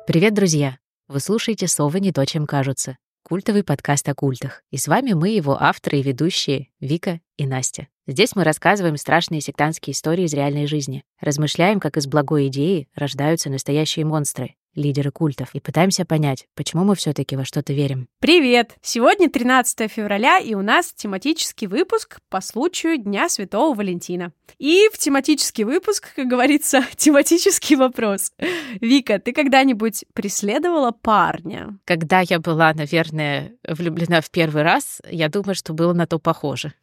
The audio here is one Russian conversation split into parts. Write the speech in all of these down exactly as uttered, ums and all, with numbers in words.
Привет, друзья! Вы слушаете «Совы не то, чем кажутся» — культовый подкаст о культах. И с вами мы, его авторы и ведущие Вика и Настя. Здесь мы рассказываем страшные сектантские истории из реальной жизни, размышляем, как из благой идеи рождаются настоящие монстры, лидеры культов, и пытаемся понять, почему мы все-таки во что-то верим. Привет! Сегодня тринадцатое февраля, и у нас тематический выпуск по случаю Дня Святого Валентина. И в тематический выпуск, как говорится, тематический вопрос. Вика, ты когда-нибудь преследовала парня? Когда я была, наверное, влюблена в первый раз, я думаю, что было на то похоже.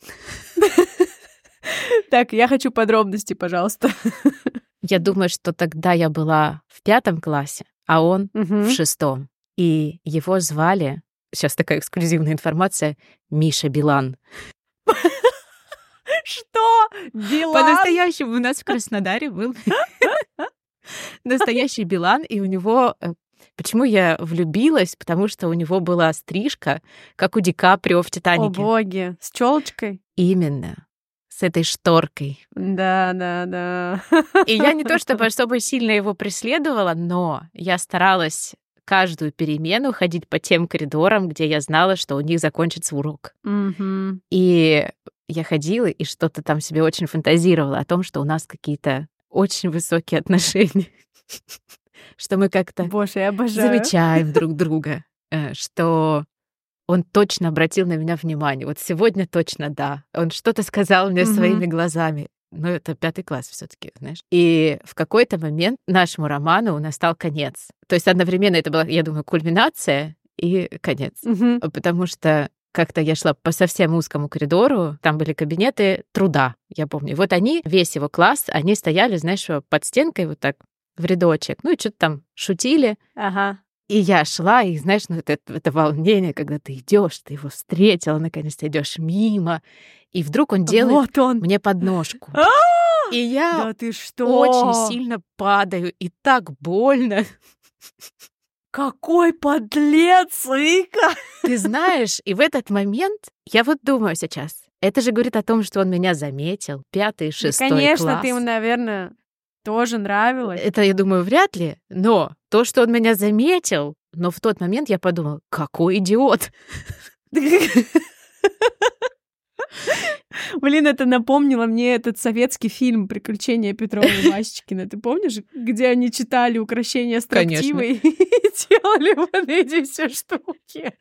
Так, я хочу подробности, пожалуйста. Я думаю, что тогда я была в пятом классе, а он Мгм. в шестом. И его звали, сейчас такая эксклюзивная информация, Миша Билан. Что? Билан? По-настоящему у нас в Краснодаре был настоящий Билан, и у него... э, Почему я влюбилась? Потому что у него была стрижка, как у Ди Каприо в О, «Титанике». боги, с челочкой? Именно. С этой шторкой. Да, да, да. И я не то чтобы особо сильно его преследовала, но я старалась каждую перемену ходить по тем коридорам, где я знала, что у них закончится урок. Мгм. И я ходила и что-то там себе очень фантазировала о том, что у нас какие-то очень высокие отношения, что мы как-то Боже, я обожаю. замечаем друг друга, э, что он точно обратил на меня внимание. Вот сегодня точно да. Он что-то сказал мне Мгм. своими глазами. Но это пятый класс все-таки, знаешь. И в какой-то момент нашему роману настал конец. То есть одновременно это была, я думаю, кульминация и конец. Мгм. Потому что как-то я шла по совсем узкому коридору, там были кабинеты труда, я помню. И вот они, весь его класс, они стояли, знаешь, под стенкой вот так в рядочек, ну и что-то там шутили. Ага. И я шла, и знаешь, ну это, это волнение, когда ты идешь, ты его встретила, наконец-то идешь мимо, и вдруг он делает Вот он. мне подножку. А! И я Да ты что? очень сильно падаю, и так больно. Какой подлец, Вика! Ты знаешь, и в этот момент я вот думаю сейчас, это же говорит о том, что он меня заметил, пятый, Да, шестой конечно, класс. ты ему, наверное, тоже нравилась. Это, я думаю, вряд ли, но то, что он меня заметил, но в тот момент я подумала, какой идиот. Блин, это напомнило мне этот советский фильм «Приключения Петрова и Васечкина». Ты помнишь, где они читали «Укрощение строптивой» и делали вот эти все штуки?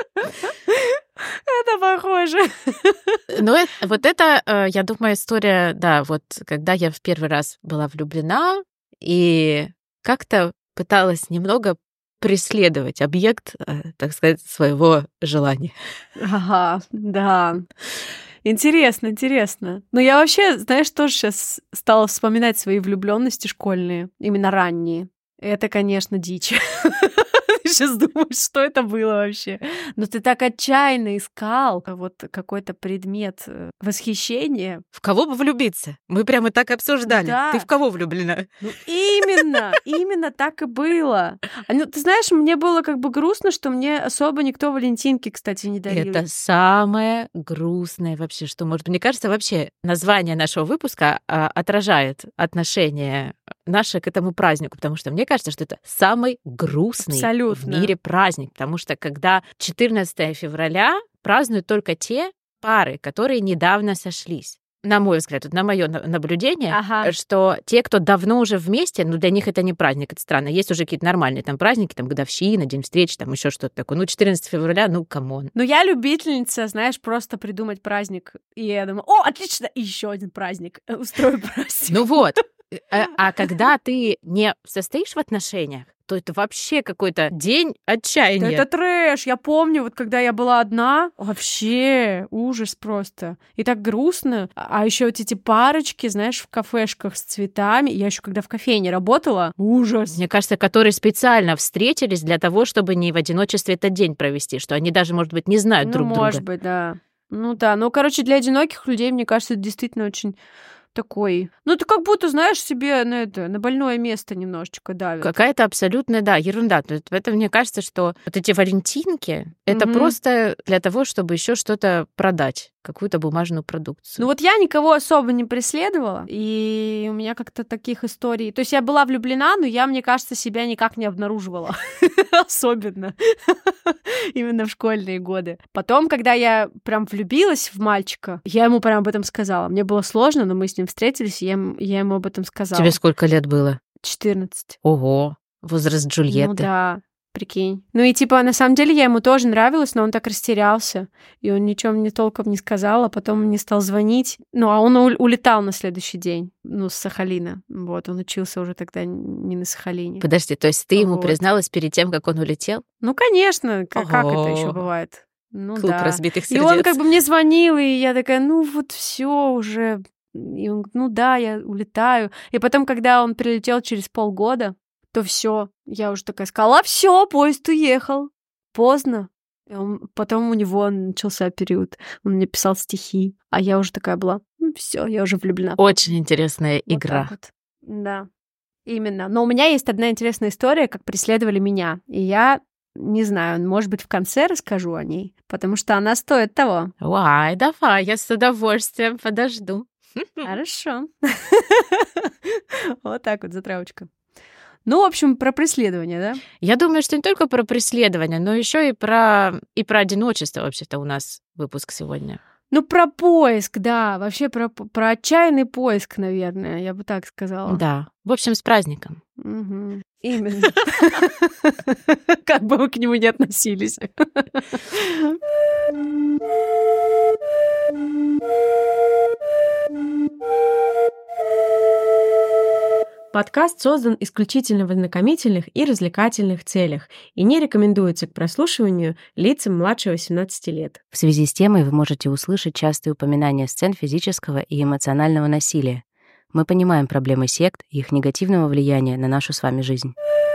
Это похоже. Ну, э- вот это, э, я думаю, история, да, вот когда я в первый раз была влюблена и как-то пыталась немного преследовать объект, э, так сказать, своего желания. Ага, да. Интересно, интересно. Но я вообще, знаешь, тоже сейчас стала вспоминать свои влюбленности школьные, именно ранние. Это, конечно, дичь. Ты сейчас думаешь, что это было вообще? Но ты так отчаянно искал вот какой-то предмет э, восхищения. В кого бы влюбиться? Мы прямо так обсуждали. Да. Ты в кого влюблена? Ну, именно, именно так и было. А, ну, ты знаешь, мне было как бы грустно, что мне особо никто валентинки, кстати, не дарил. Это самое грустное вообще, что может быть. Мне кажется, вообще название нашего выпуска а, отражает отношение наше к этому празднику, потому что мне кажется, что это самый грустный в Абсолютно. мире праздник, потому что когда четырнадцатое февраля празднуют только те пары, которые недавно сошлись. На мой взгляд, вот на мое наблюдение, Ага. что те, кто давно уже вместе, ну, для них это не праздник, это странно. Есть уже какие-то нормальные там праздники, там, годовщина, день встречи, там, еще что-то такое. Ну, четырнадцатое февраля, ну, камон. Ну, я любительница, знаешь, просто придумать праздник. И я думаю, о, отлично, еще один праздник. Э, Устрою праздник. Ну вот. А, а когда ты не состоишь в отношениях, то это вообще какой-то день Да отчаяния. это трэш. Я помню, вот когда я была одна, вообще ужас просто. И так грустно. А еще вот эти парочки, знаешь, в кафешках с цветами. Я еще когда в кофейне работала, ужас. Мне кажется, которые специально встретились для того, чтобы не в одиночестве этот день провести, что они даже, может быть, не знают Ну, друг может друга. быть, да. Ну да, ну, короче, для одиноких людей, мне кажется, это действительно очень такой... Ну, ты как будто, знаешь, себе на это, на больное место немножечко давит. Какая-то абсолютная, да, ерунда. То есть это, мне кажется, что вот эти валентинки, это Мгм. просто для того, чтобы еще что-то продать, какую-то бумажную продукцию. Ну вот я никого особо не преследовала, и у меня как-то таких историй... То есть я была влюблена, но я, мне кажется, себя никак не обнаруживала. Особенно. Именно в школьные годы. Потом, когда я прям влюбилась в мальчика, я ему прям об этом сказала. Мне было сложно, но мы с ним встретились, и я, ему- я ему об этом сказала. Тебе сколько лет было? четырнадцать. Ого, возраст Джульетты. Ну да, прикинь. Ну и типа, на самом деле, я ему тоже нравилась, но он так растерялся, и он ничего мне толком не сказал, а потом мне стал звонить. Ну, а он у- улетал на следующий день, ну, с Сахалина. Вот, он учился уже тогда не на Сахалине. Подожди, то есть ты ему Вот. призналась перед тем, как он улетел? Ну, конечно, к- как это Ого. еще бывает? Ну Клуб да. разбитых И сердец. он как бы мне звонил, и я такая, ну вот все уже. И он, ну да, я улетаю. И потом, когда он прилетел через полгода, то все, я уже такая сказала, все, поезд уехал. Поздно. И он- потом у него начался период. Он мне писал стихи, а я уже такая была, ну все, я уже влюблена. Очень интересная Вот игра. так вот. Да, именно. Но у меня есть одна интересная история, как преследовали меня. И я не знаю, может быть, в конце расскажу о ней, потому что она стоит того. Ой, давай, я с удовольствием подожду. Хорошо. Вот так вот, затравочка. Ну, в общем, про преследование, да? Я думаю, что не только про преследование, но еще и про и про одиночество вообще-то у нас выпуск сегодня. Ну, про поиск, да. Вообще про, про отчаянный поиск, наверное, я бы так сказала. Да. В общем, с праздником. Мгм. Именно. Как бы мы к нему ни относились. Подкаст создан исключительно в ознакомительных и развлекательных целях и не рекомендуется к прослушиванию лицам младше восемнадцати лет. В связи с темой вы можете услышать частые упоминания сцен физического и эмоционального насилия. Мы понимаем проблемы сект и их негативного влияния на нашу с вами жизнь.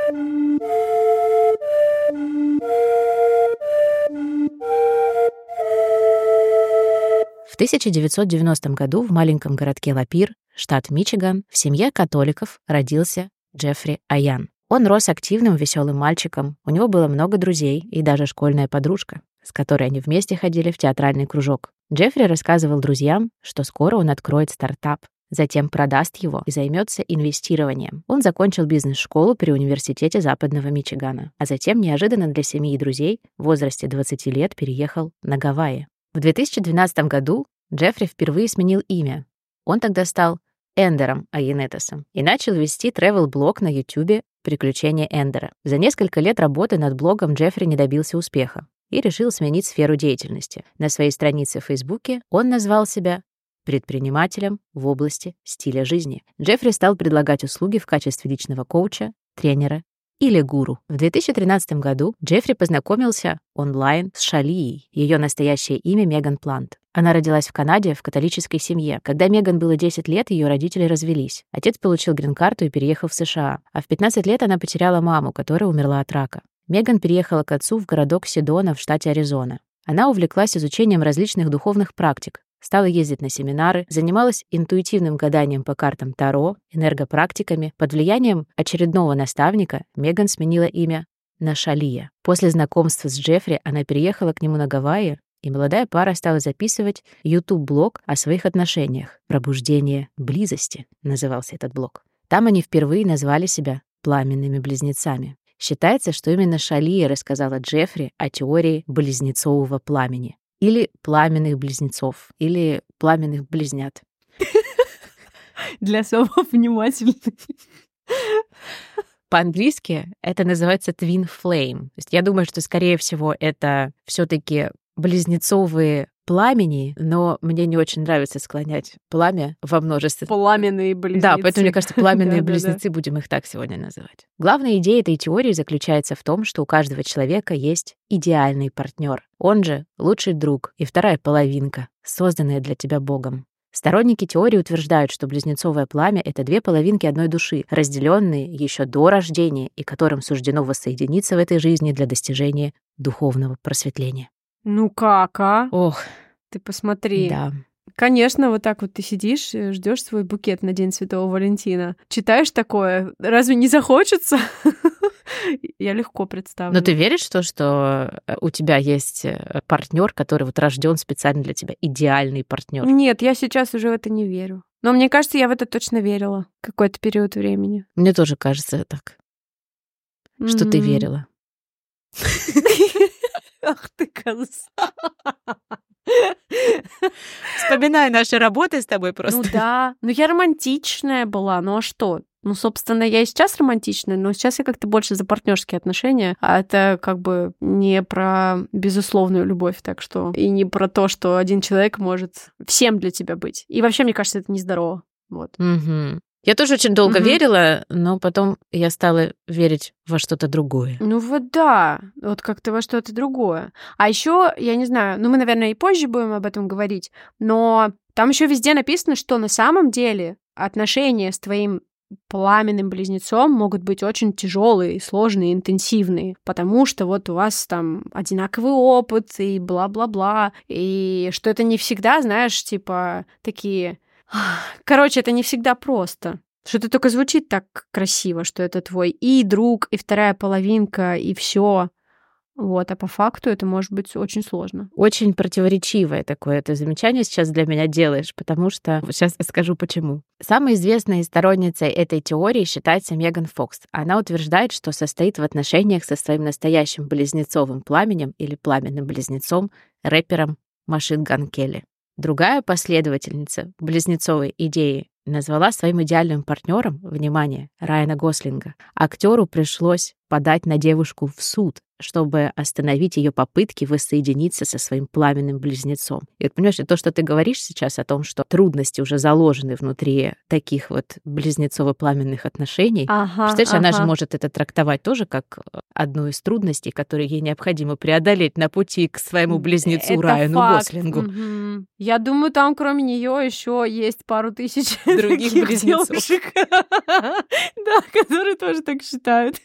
В тысяча девятьсот девяностом году в маленьком городке Лапир, штат Мичиган, в семье католиков родился Джеффри Аян. Он рос активным, веселым мальчиком, у него было много друзей и даже школьная подружка, с которой они вместе ходили в театральный кружок. Джеффри рассказывал друзьям, что скоро он откроет стартап, затем продаст его и займется инвестированием. Он закончил бизнес-школу при университете Западного Мичигана, а затем неожиданно для семьи и друзей в возрасте двадцати лет переехал на Гавайи. В две тысячи двенадцатом году Джеффри впервые сменил имя. Он тогда стал Эндером Айенетосом и начал вести travel-блог на Ютубе «Приключения Эндера». За несколько лет работы над блогом Джеффри не добился успеха и решил сменить сферу деятельности. На своей странице в Фейсбуке он назвал себя предпринимателем в области стиля жизни. Джеффри стал предлагать услуги в качестве личного коуча, тренера или гуру. В две тысячи тринадцатом году Джеффри познакомился онлайн с Шалией. Ее настоящее имя Меган Плант. Она родилась в Канаде в католической семье. Когда Меган было десять лет, ее родители развелись. Отец получил грин-карту и переехал в США. А в пятнадцать лет она потеряла маму, которая умерла от рака. Меган переехала к отцу в городок Седона в штате Аризона. Она увлеклась изучением различных духовных практик, стала ездить на семинары, занималась интуитивным гаданием по картам Таро, энергопрактиками. Под влиянием очередного наставника Меган сменила имя на Шалия. После знакомства с Джеффри она переехала к нему на Гавайи, и молодая пара стала записывать YouTube-блог о своих отношениях. «Пробуждение близости» назывался этот блог. Там они впервые назвали себя пламенными близнецами. Считается, что именно Шалия рассказала Джеффри о теории близнецового пламени. Или пламенных близнецов, или пламенных близнят. Для особо внимательных. По-английски это называется twin flame. То есть я думаю, что, скорее всего, это все-таки близнецовые пламени, но мне не очень нравится склонять пламя во множестве. Пламенные близнецы. Да, поэтому, мне кажется, пламенные Да-да-да. близнецы, будем их так сегодня называть. Главная идея этой теории заключается в том, что у каждого человека есть идеальный партнер. Он же лучший друг и вторая половинка, созданная для тебя Богом. Сторонники теории утверждают, что близнецовое пламя — это две половинки одной души, разделенные еще до рождения и которым суждено воссоединиться в этой жизни для достижения духовного просветления. Ну как, а? Ох, Ты посмотри. да. Конечно, вот так вот ты сидишь, ждешь свой букет на День Святого Валентина. Читаешь такое, разве не захочется? Я легко представлю. Но ты веришь в то, что у тебя есть партнер, который вот рожден специально для тебя, идеальный партнер? Нет, я сейчас уже в это не верю. Но мне кажется, я в это точно верила какой-то период времени. Мне тоже кажется так, что ты верила. Ах ты, коза. Вспоминаю наши работы с тобой просто. Ну да, но я романтичная была, ну а что? Ну, собственно, я и сейчас романтичная, но сейчас я как-то больше за партнерские отношения, а это как бы не про безусловную любовь, так что и не про то, что один человек может всем для тебя быть. И вообще, мне кажется, это нездорово. Вот. Угу. Я тоже очень долго угу. верила, но потом я стала верить во что-то другое. Ну вот да, вот как-то во что-то другое. А еще, я не знаю, ну мы, наверное, и позже будем об этом говорить, но там еще везде написано, что на самом деле отношения с твоим пламенным близнецом могут быть очень тяжелые, сложные, интенсивные, потому что вот у вас там одинаковый опыт и бла-бла-бла, и что это не всегда, знаешь, типа такие... Короче, это не всегда просто. Что это только звучит так красиво, что это твой и друг, и вторая половинка, и все. Вот, а по факту это может быть очень сложно. Очень противоречивое такое ты замечание сейчас для меня делаешь, потому что сейчас я скажу почему. Самой известной сторонницей этой теории считается Меган Фокс. Она утверждает, что состоит в отношениях со своим настоящим близнецовым пламенем или пламенным близнецом, рэпером Машин Ган Келли. Другая последовательница близнецовой идеи назвала своим идеальным партнером, внимание, Райана Гослинга. Актеру пришлось подать на девушку в суд, чтобы остановить ее попытки воссоединиться со своим пламенным близнецом. И вот, понимаешь, то, что ты говоришь сейчас о том, что трудности уже заложены внутри таких вот близнецово-пламенных отношений, ага, представляешь, ага. она же может это трактовать тоже как одну из трудностей, которые ей необходимо преодолеть на пути к своему близнецу это Райану факт. Гослингу. Угу. Я думаю, там кроме нее еще есть пару тысяч других близнецов. Да, которые тоже так считают.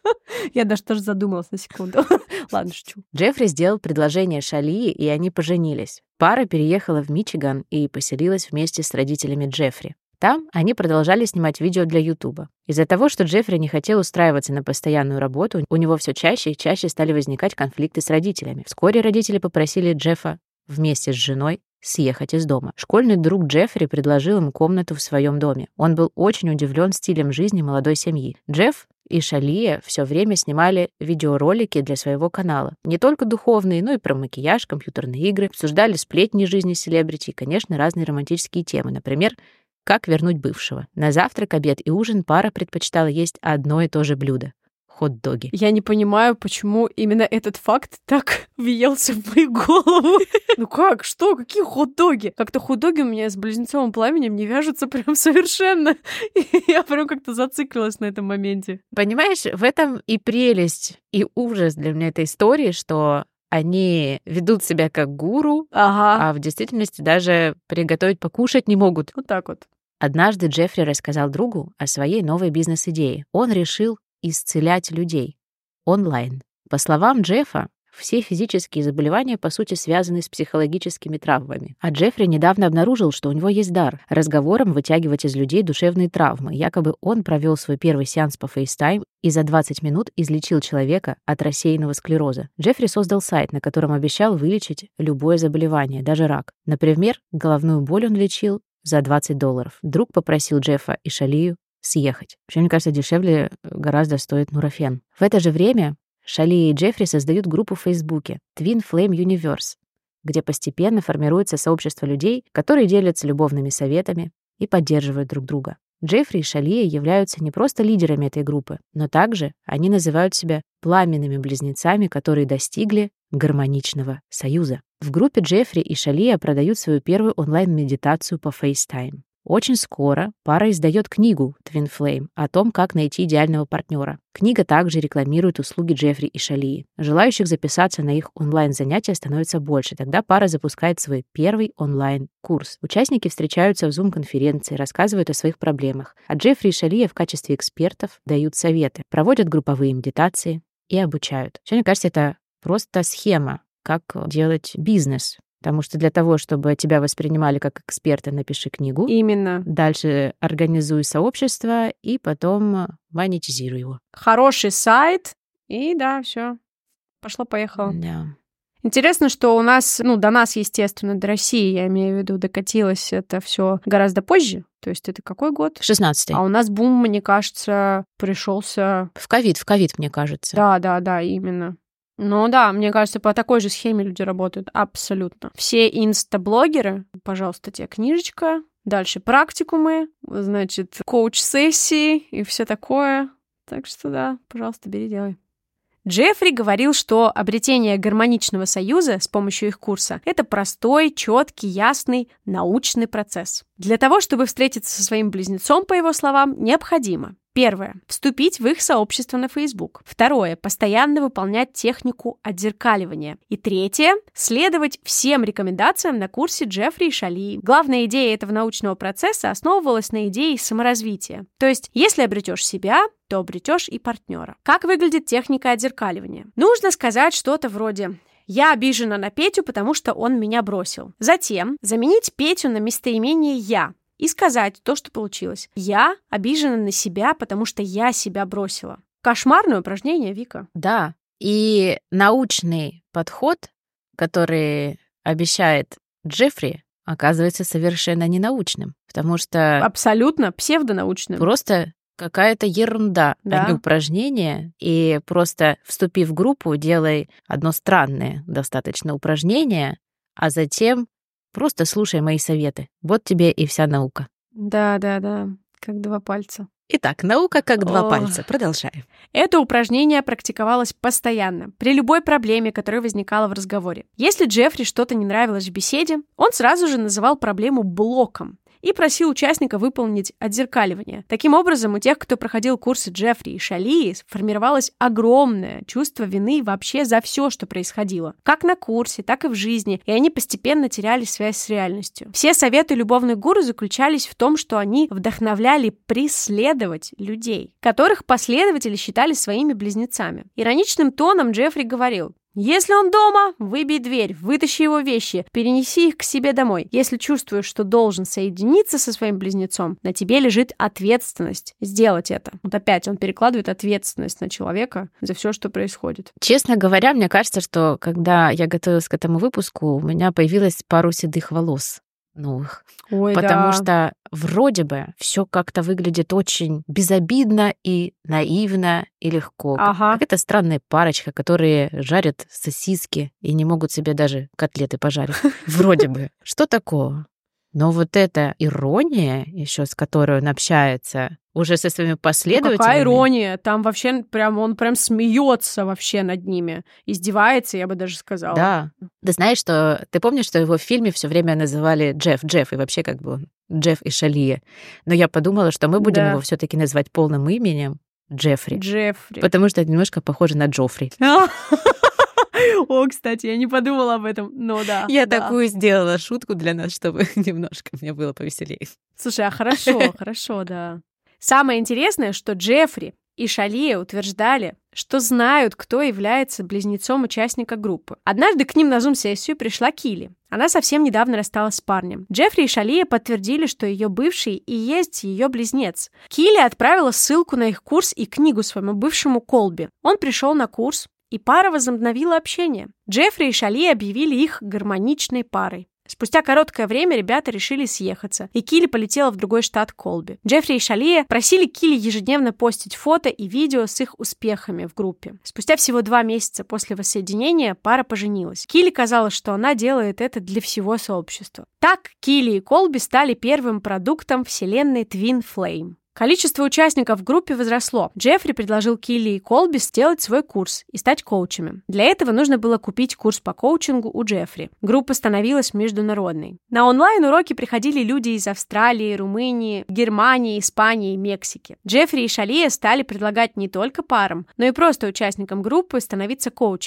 Я даже тоже задумалась на секунду. Ладно, шучу. Джеффри сделал предложение Шалии, и они поженились. Пара переехала в Мичиган и поселилась вместе с родителями Джеффри. Там они продолжали снимать видео для Ютуба. Из-за того, что Джеффри не хотел устраиваться на постоянную работу, у него все чаще и чаще стали возникать конфликты с родителями. Вскоре родители попросили Джеффа вместе с женой съехать из дома. Школьный друг Джеффри предложил ему комнату в своем доме. Он был очень удивлен стилем жизни молодой семьи. Джефф и Шалия все время снимали видеоролики для своего канала. Не только духовные, но и про макияж, компьютерные игры, обсуждали сплетни жизни селебрити и, конечно, разные романтические темы. Например, как вернуть бывшего. На завтрак, обед и ужин пара предпочитала есть одно и то же блюдо — хот-доги. Я не понимаю, почему именно этот факт так въелся в мою голову. Ну как? Что? Какие хот-доги? Как-то хот-доги у меня с близнецовым пламенем не вяжутся прям совершенно. И я прям как-то зациклилась на этом моменте. Понимаешь, в этом и прелесть, и ужас для меня этой истории, что они ведут себя как гуру, ага. а в действительности даже приготовить покушать не могут. Вот так вот. Однажды Джеффри рассказал другу о своей новой бизнес-идее. Он решил исцелять людей онлайн. По словам Джеффа, все физические заболевания, по сути, связаны с психологическими травмами. А Джеффри недавно обнаружил, что у него есть дар разговором вытягивать из людей душевные травмы. Якобы он провел свой первый сеанс по FaceTime и за двадцать минут излечил человека от рассеянного склероза. Джеффри создал сайт, на котором обещал вылечить любое заболевание, даже рак. Например, головную боль он лечил за двадцать долларов. Друг попросил Джеффа и Шалию съехать. Вообще, мне кажется, дешевле гораздо стоит нурофен. В это же время Шалия и Джеффри создают группу в Фейсбуке Twin Flame Universe, где постепенно формируется сообщество людей, которые делятся любовными советами и поддерживают друг друга. Джеффри и Шалия являются не просто лидерами этой группы, но также они называют себя пламенными близнецами, которые достигли гармоничного союза. В группе Джеффри и Шалия продают свою первую онлайн-медитацию по FaceTime. Очень скоро пара издает книгу Twin Flame о том, как найти идеального партнера. Книга также рекламирует услуги Джеффри и Шалии. Желающих записаться на их онлайн-занятия становится больше. Тогда пара запускает свой первый онлайн-курс. Участники встречаются в Zoom-конференции, рассказывают о своих проблемах. А Джеффри и Шалия в качестве экспертов дают советы, проводят групповые медитации и обучают. Мне кажется, это просто схема, как делать бизнес. Потому что для того, чтобы тебя воспринимали как эксперта, напиши книгу. Именно. Дальше организуй сообщество и потом монетизируй его. Хороший сайт, и да, все. Пошло-поехало. Да. Интересно, что у нас, ну, до нас, естественно, до России, я имею в виду, докатилось это все гораздо позже. То есть это какой год? шестнадцатый. А у нас бум, мне кажется, пришелся. В ковид, в ковид, мне кажется. Да, да, да, именно. Ну да, мне кажется, по такой же схеме люди работают. Абсолютно. Все инстаблогеры, пожалуйста, тебе книжечка, дальше практикумы, значит, коуч-сессии и все такое. Так что да, пожалуйста, бери, делай. Джеффри говорил, что обретение гармоничного союза с помощью их курса – это простой, четкий, ясный, научный процесс. Для того, чтобы встретиться со своим близнецом, по его словам, необходимо: первое – вступить в их сообщество на Facebook. Второе – постоянно выполнять технику отзеркаливания. И третье – следовать всем рекомендациям на курсе Джеффри и Шалии. Главная идея этого научного процесса основывалась на идее саморазвития. То есть, если обретешь себя, то обретешь и партнера. Как выглядит техника отзеркаливания? Нужно сказать что-то вроде: «Я обижена на Петю, потому что он меня бросил». Затем заменить Петю на местоимение «я» и сказать то, что получилось. «Я обижена на себя, потому что я себя бросила». Кошмарное упражнение, Вика. Да, и научный подход, который обещает Джеффри, оказывается совершенно ненаучным, потому что... Абсолютно псевдонаучным. Просто какая-то ерунда, да. а не упражнение. И просто, вступив в группу, делай одно странное достаточно упражнение, а затем просто слушай мои советы. Вот тебе и вся наука. Да, да, да, как два пальца. Итак, наука как два О. пальца. Продолжаем. Это упражнение практиковалось постоянно, при любой проблеме, которая возникала в разговоре. Если Джеффри что-то не нравилось в беседе, он сразу же называл проблему блоком и просил участника выполнить отзеркаливание. Таким образом, у тех, кто проходил курсы Джеффри и Шалии, сформировалось огромное чувство вины вообще за все, что происходило. Как на курсе, так и в жизни, и они постепенно теряли связь с реальностью. Все советы любовных гуру заключались в том, что они вдохновляли преследовать людей, которых последователи считали своими близнецами. Ироничным тоном Джеффри говорил: «Если он дома, выбей дверь, вытащи его вещи, перенеси их к себе домой. Если чувствуешь, что должен соединиться со своим близнецом, на тебе лежит ответственность сделать это». Вот опять он перекладывает ответственность на человека за все, что происходит. Честно говоря, мне кажется, что когда я готовилась к этому выпуску, у меня появилось пару седых волос новых. Ой, потому да. что вроде бы все как-то выглядит очень безобидно и наивно и легко. Ага. Какая-то странная парочка, которые жарят сосиски и не могут себе даже котлеты пожарить. Вроде бы. Что такого? Но вот эта ирония, еще с которой он общается, уже со своими последователями... Ну, какая ирония? Там вообще прям он прям смеется вообще над ними. Издевается, я бы даже сказала. Да. Ты знаешь, что... Ты помнишь, что его в фильме все время называли Джефф, Джефф, и вообще как бы Джефф и Шалия. Но я подумала, что мы будем да. его все-таки называть полным именем Джеффри. Джеффри. Потому что это немножко похоже на Джоффри. О, кстати, я не подумала об этом, но да. Я да. такую сделала шутку для нас, чтобы немножко мне было повеселее. Слушай, а хорошо, хорошо, да. Самое интересное, что Джеффри и Шалия утверждали, что знают, кто является близнецом участника группы. Однажды к ним на зум-сессию пришла Килли. Она совсем недавно рассталась с парнем. Джеффри и Шалия подтвердили, что ее бывший и есть ее близнец. Килли отправила ссылку на их курс и книгу своему бывшему Колби. Он пришел на курс, и пара возобновила общение. Джеффри и Шалия объявили их гармоничной парой. Спустя короткое время ребята решили съехаться, и Килли полетела в другой штат Колби. Джеффри и Шалия просили Килли ежедневно постить фото и видео с их успехами в группе. Спустя всего два месяца после воссоединения пара поженилась. Килли казалось, что она делает это для всего сообщества. Так Килли и Колби стали первым продуктом вселенной Twin Flame. Количество участников в группе возросло. Джеффри предложил Килли и Колби сделать свой курс и стать коучами. Для этого нужно было купить курс по коучингу у Джеффри. Группа становилась международной. На онлайн-уроки приходили люди из Австралии, Румынии, Германии, Испании и Мексики. Джеффри и Шалия стали предлагать не только парам, но и просто участникам группы становиться коучами.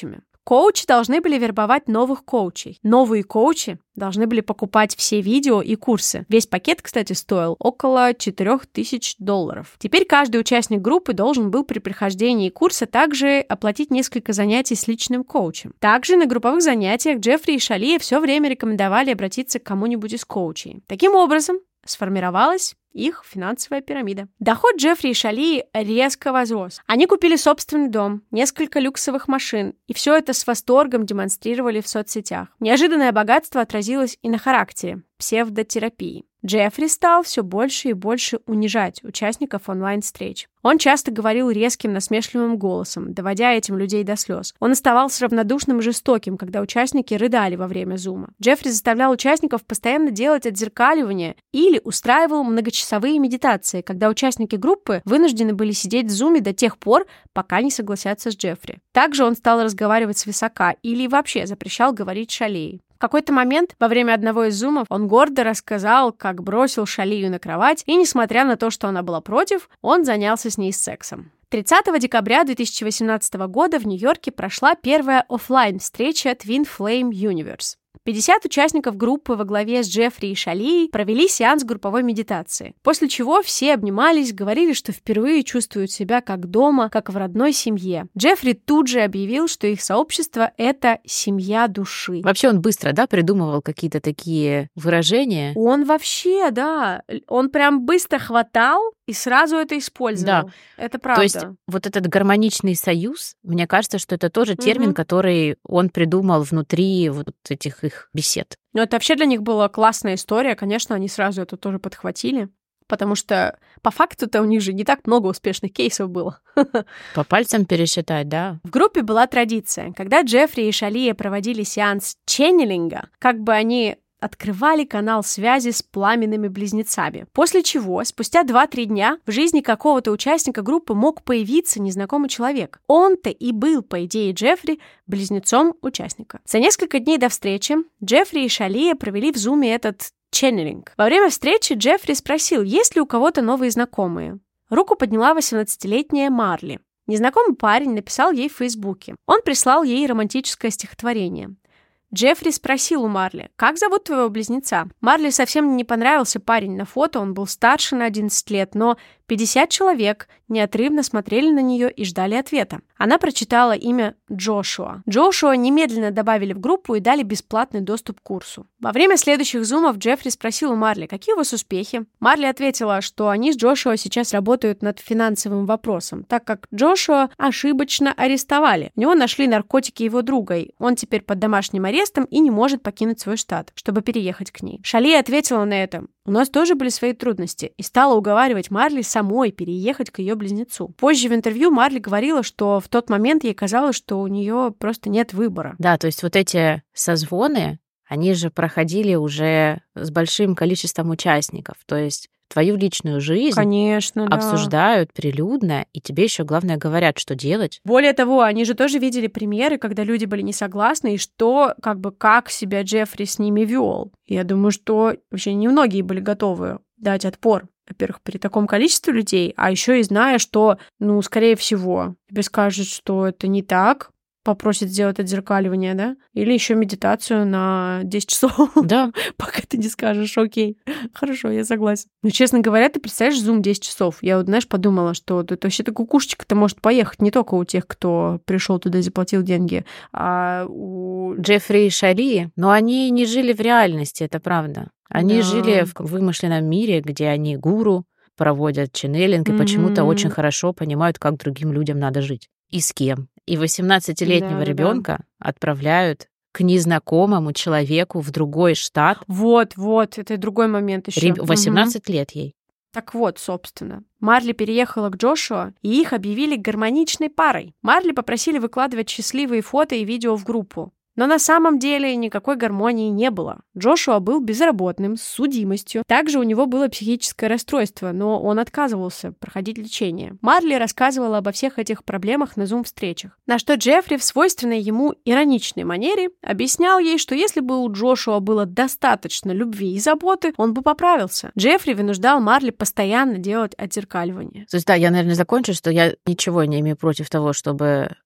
Коучи должны были вербовать новых коучей. Новые коучи должны были покупать все видео и курсы. Весь пакет, кстати, стоил около четырех тысяч долларов. Теперь каждый участник группы должен был при прохождении курса также оплатить несколько занятий с личным коучем. Также на групповых занятиях Джеффри и Шалия все время рекомендовали обратиться к кому-нибудь из коучей. Таким образом, сформировалась их финансовая пирамида. Доход Джеффри и Шалии резко возрос. Они купили собственный дом, несколько люксовых машин, и все это с восторгом демонстрировали в соцсетях. Неожиданное богатство отразилось и на характере – псевдотерапии. Джеффри стал все больше и больше унижать участников онлайн-встреч. Он часто говорил резким, насмешливым голосом, доводя этим людей до слез. Он оставался равнодушным и жестоким, когда участники рыдали во время зума. Джеффри заставлял участников постоянно делать отзеркаливание или устраивал многочасовые медитации, когда участники группы вынуждены были сидеть в зуме до тех пор, пока не согласятся с Джеффри. Также он стал разговаривать свысока или вообще запрещал говорить Шалии. В какой-то момент во время одного из зумов он гордо рассказал, как бросил Шалию на кровать, и, несмотря на то, что она была против, он занялся с ней сексом. тридцатого декабря две тысячи восемнадцатого года в Нью-Йорке прошла первая офлайн-встреча Twin Flame Universe. пятьдесят участников группы во главе с Джеффри и Шалией провели сеанс групповой медитации, после чего все обнимались, говорили, что впервые чувствуют себя как дома, как в родной семье. Джеффри тут же объявил, что их сообщество — это семья души. Вообще он быстро, да, придумывал какие-то такие выражения? Он вообще, да, он прям быстро хватал и сразу это использовал. Да. Это правда. То есть вот этот гармоничный союз, мне кажется, что это тоже термин, Мгм. который он придумал внутри вот этих их бесед. Ну, это вообще для них была классная история. Конечно, они сразу это тоже подхватили, потому что по факту-то у них же не так много успешных кейсов было. По пальцам пересчитать, да. В группе была традиция. Когда Джеффри и Шалия проводили сеанс ченнелинга, как бы они открывали канал связи с пламенными близнецами. После чего, спустя два-три дня, в жизни какого-то участника группы мог появиться незнакомый человек. Он-то и был, по идее Джеффри, близнецом участника. За несколько дней до встречи Джеффри и Шалия провели в зуме этот ченнелинг. Во время встречи Джеффри спросил, есть ли у кого-то новые знакомые. Руку подняла восемнадцатилетняя Марли. Незнакомый парень написал ей в Фейсбуке. Он прислал ей романтическое стихотворение. Джеффри спросил у Марли, как зовут твоего близнеца? Марли совсем не понравился парень на фото, он был старше на одиннадцать лет, но пятьдесят человек неотрывно смотрели на нее и ждали ответа. Она прочитала имя Джошуа. Джошуа немедленно добавили в группу и дали бесплатный доступ к курсу. Во время следующих зумов Джеффри спросил у Марли, какие у вас успехи? Марли ответила, что они с Джошуа сейчас работают над финансовым вопросом, так как Джошуа ошибочно арестовали. У него нашли наркотики его друга, и он теперь под домашним арестом и не может покинуть свой штат, чтобы переехать к ней. Шалия ответила на это. У нас тоже были свои трудности, и стала уговаривать Марли самой переехать к ее близнецу. Позже в интервью Марли говорила, что в тот момент ей казалось, что у нее просто нет выбора. Да, то есть вот эти созвоны, они же проходили уже с большим количеством участников, то есть твою личную жизнь Конечно, да. обсуждают прилюдно, и тебе еще главное говорят, что делать. Более того, они же тоже видели примеры, когда люди были не согласны, и что, как бы, как себя Джеффри с ними вел. Я думаю, что вообще немногие были готовы дать отпор. Во-первых, при таком количестве людей, а еще и зная, что, ну, скорее всего, тебе скажут, что это не так, попросит сделать отзеркаливание, да? Или еще медитацию на десять часов. Да. Пока ты не скажешь, окей, хорошо, я согласен. Но, честно говоря, ты представляешь, зум десять часов? Я вот, знаешь, подумала, что это вообще-то кукушечка-то может поехать не только у тех, кто пришел туда и заплатил деньги, а у... Джеффри и Шалии, но они не жили в реальности, это правда. Они Да. жили в вымышленном мире, где они гуру, проводят ченнелинг и почему-то Мгм. очень хорошо понимают, как другим людям надо жить и с кем. И восемнадцатилетнего Да-да-да. ребенка отправляют к незнакомому человеку в другой штат. Вот, вот, это другой момент еще. Реб- восемнадцать лет ей. Так вот, собственно, Марли переехала к Джошуа, и их объявили гармоничной парой. Марли попросили выкладывать счастливые фото и видео в группу. Но на самом деле никакой гармонии не было. Джошуа был безработным, с судимостью. Также у него было психическое расстройство, но он отказывался проходить лечение. Марли рассказывала обо всех этих проблемах на зум-встречах. На что Джеффри в свойственной ему ироничной манере объяснял ей, что если бы у Джошуа было достаточно любви и заботы, он бы поправился. Джеффри вынуждал Марли постоянно делать отзеркаливание. То есть, да, я, наверное, закончу, что я ничего не имею против того, чтобы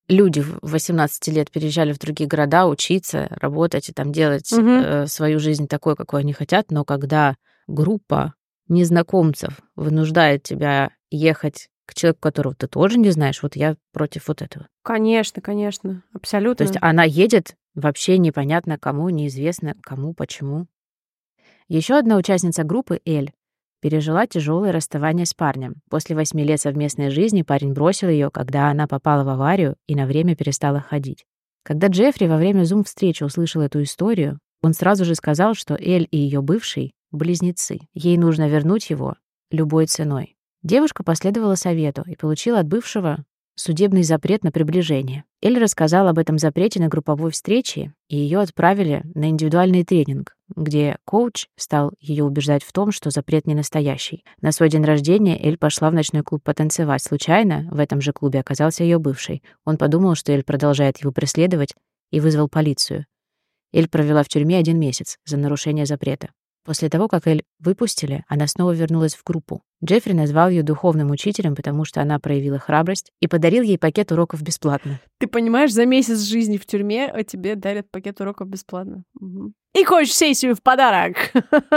люди в восемнадцать лет переезжали в другие города учиться, работать и там делать Мгм. э, свою жизнь такой, какой они хотят, но когда группа незнакомцев вынуждает тебя ехать к человеку, которого ты тоже не знаешь, вот я против вот этого. Конечно, конечно, То абсолютно. есть она едет вообще непонятно кому, неизвестно кому, почему. Еще одна участница группы, Эль, пережила тяжелое расставание с парнем. После восьми лет совместной жизни парень бросил ее, когда она попала в аварию и на время перестала ходить. Когда Джеффри во время зум-встречи услышал эту историю, он сразу же сказал, что Эль и ее бывший — близнецы. Ей нужно вернуть его любой ценой. Девушка последовала совету и получила от бывшего судебный запрет на приближение. Эль рассказала об этом запрете на групповой встрече, и ее отправили на индивидуальный тренинг, где коуч стал ее убеждать в том, что запрет не настоящий. На свой день рождения Эль пошла в ночной клуб потанцевать. Случайно в этом же клубе оказался ее бывший. Он подумал, что Эль продолжает его преследовать, и вызвал полицию. Эль провела в тюрьме один месяц за нарушение запрета. После того, как Эль выпустили, она снова вернулась в группу. Джеффри назвал ее духовным учителем, потому что она проявила храбрость, и подарил ей пакет уроков бесплатно. Ты понимаешь, за месяц жизни в тюрьме а тебе дарят пакет уроков бесплатно. Мгм. И хочешь сессию в подарок.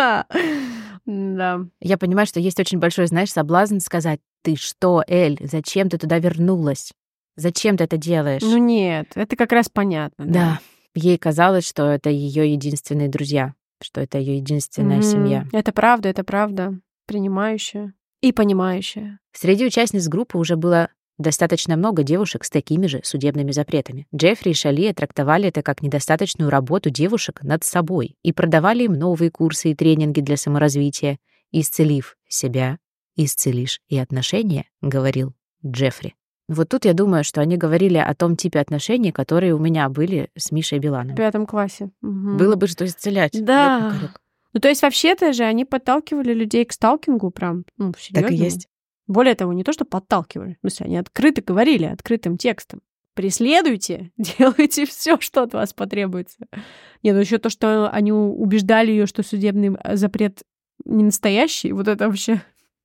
Да. Я понимаю, что есть очень большой, знаешь, соблазн сказать: «Ты что, Эль, зачем ты туда вернулась? Зачем ты это делаешь?» Ну нет, это как раз понятно. Да. Ей казалось, что это ее единственные друзья, что это ее единственная Мгм. семья. Это правда, это правда. Принимающая и понимающая. Среди участниц группы уже было достаточно много девушек с такими же судебными запретами. Джеффри и Шалия трактовали это как недостаточную работу девушек над собой и продавали им новые курсы и тренинги для саморазвития. «Исцелив себя, исцелишь и отношения», — говорил Джеффри. Вот тут я думаю, что они говорили о том типе отношений, которые у меня были с Мишей В Биланом. пятом классе. Мгм. Было бы что исцелять. Да. Вот как. Ну, то есть, вообще-то же они подталкивали людей к сталкингу прям, ну, серьезно. Так и есть. Более того, не то, что подталкивали. В смысле, они открыто говорили, открытым текстом. Преследуйте, делайте все, что от вас потребуется. Нет, ну еще то, что они убеждали ее, что судебный запрет не настоящий, вот это вообще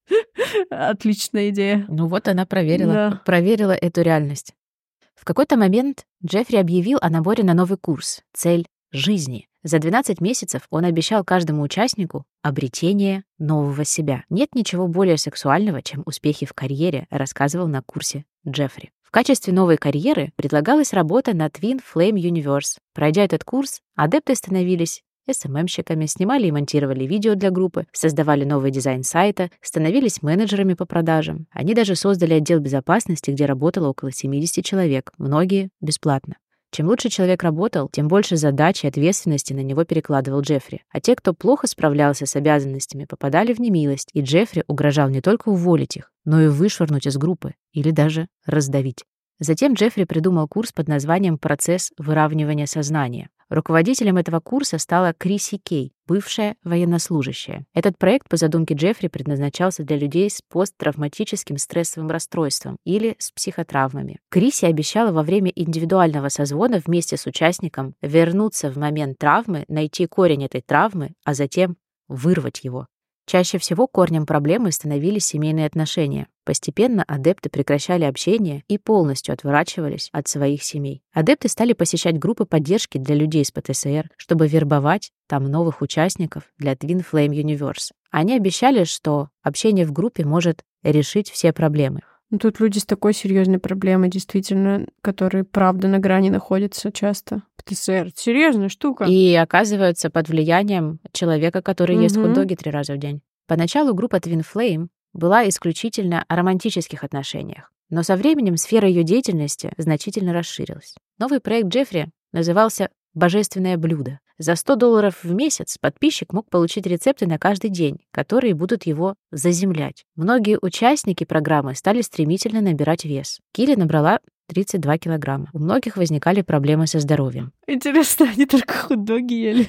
отличная идея. Ну вот она проверила, Да. проверила эту реальность. В какой-то момент Джеффри объявил о наборе на новый курс «Цель жизни». За двенадцать месяцев он обещал каждому участнику обретение нового себя. Нет ничего более сексуального, чем успехи в карьере, рассказывал на курсе Джеффри. В качестве новой карьеры предлагалась работа на Twin Flame Universe. Пройдя этот курс, адепты становились эс эм эм-щиками, снимали и монтировали видео для группы, создавали новый дизайн сайта, становились менеджерами по продажам. Они даже создали отдел безопасности, где работало около семьдесят человек, многие бесплатно. Чем лучше человек работал, тем больше задач и ответственности на него перекладывал Джеффри. А те, кто плохо справлялся с обязанностями, попадали в немилость, и Джеффри угрожал не только уволить их, но и вышвырнуть из группы или даже раздавить. Затем Джеффри придумал курс под названием «Процесс выравнивания сознания». Руководителем этого курса стала Криси Кей, бывшая военнослужащая. Этот проект по задумке Джеффри предназначался для людей с посттравматическим стрессовым расстройством или с психотравмами. Криси обещала во время индивидуального созвона вместе с участником вернуться в момент травмы, найти корень этой травмы, а затем вырвать его. Чаще всего корнем проблемы становились семейные отношения. Постепенно адепты прекращали общение и полностью отворачивались от своих семей. Адепты стали посещать группы поддержки для людей с пэ тэ эс эр, чтобы вербовать там новых участников для Twin Flame Universe. Они обещали, что общение в группе может решить все проблемы. Ну, тут люди с такой серьезной проблемой, действительно, которые, правда, на грани находятся часто. пэ тэ эс эр — серьезная штука. И оказываются под влиянием человека, который ест Мгм. хот-доги три раза в день. Поначалу группа Twin Flame была исключительно о романтических отношениях, но со временем сфера ее деятельности значительно расширилась. Новый проект Джеффри назывался «Божественное блюдо». За сто долларов в месяц подписчик мог получить рецепты на каждый день, которые будут его заземлять. Многие участники программы стали стремительно набирать вес. Килли набрала тридцать два килограмма. У многих возникали проблемы со здоровьем. Интересно, они только хот-доги ели.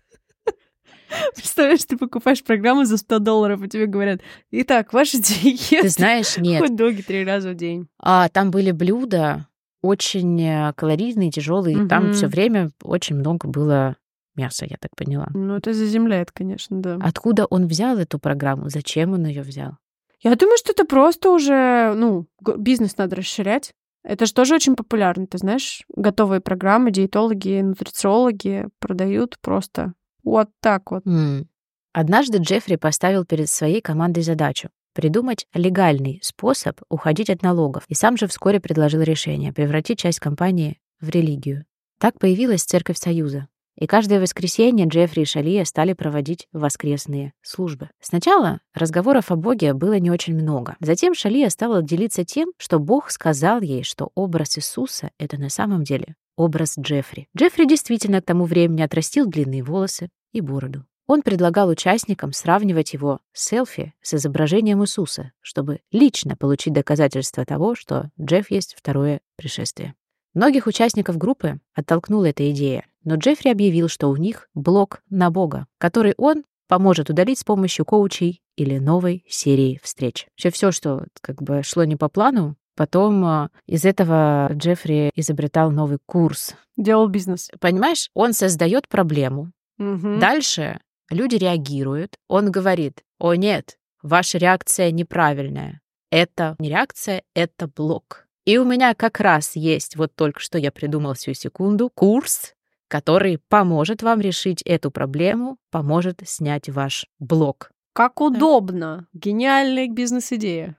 Представляешь, ты покупаешь программу за сто долларов, и тебе говорят: итак, ваша диета. Ты знаешь, нет. Хот-доги три раза в день. А там были блюда очень э, калорийные, тяжелые. Мгм. Там все время очень много было мяса, я так поняла. Ну, это заземляет, конечно, да. Откуда он взял эту программу? Зачем он ее взял? Я думаю, что это просто уже, ну, г- бизнес надо расширять. Это же тоже очень популярно, ты знаешь? Готовые программы диетологи, нутрициологи продают просто вот так вот. Mm. Однажды Джеффри поставил перед своей командой задачу придумать легальный способ уходить от налогов, и сам же вскоре предложил решение превратить часть компании в религию. Так появилась Церковь Союза. И каждое воскресенье Джеффри и Шалия стали проводить воскресные службы. Сначала разговоров о Боге было не очень много. Затем Шалия стала делиться тем, что Бог сказал ей, что образ Иисуса — это на самом деле образ Джеффри. Джеффри действительно к тому времени отрастил длинные волосы и бороду. Он предлагал участникам сравнивать его селфи с изображением Иисуса, чтобы лично получить доказательство того, что Джефф есть второе пришествие. Многих участников группы оттолкнула эта идея, но Джеффри объявил, что у них блок на Бога, который он поможет удалить с помощью коучей или новой серии встреч. Все, все, что как бы шло не по плану, потом э, из этого Джеффри изобретал новый курс. Делал бизнес. Понимаешь, он создает проблему. Угу. Дальше люди реагируют. Он говорит: «О нет, ваша реакция неправильная. Это не реакция, это блок». И у меня как раз есть, вот только что я придумал всю секунду, курс, который поможет вам решить эту проблему, поможет снять ваш блок. Как удобно! Гениальная бизнес-идея.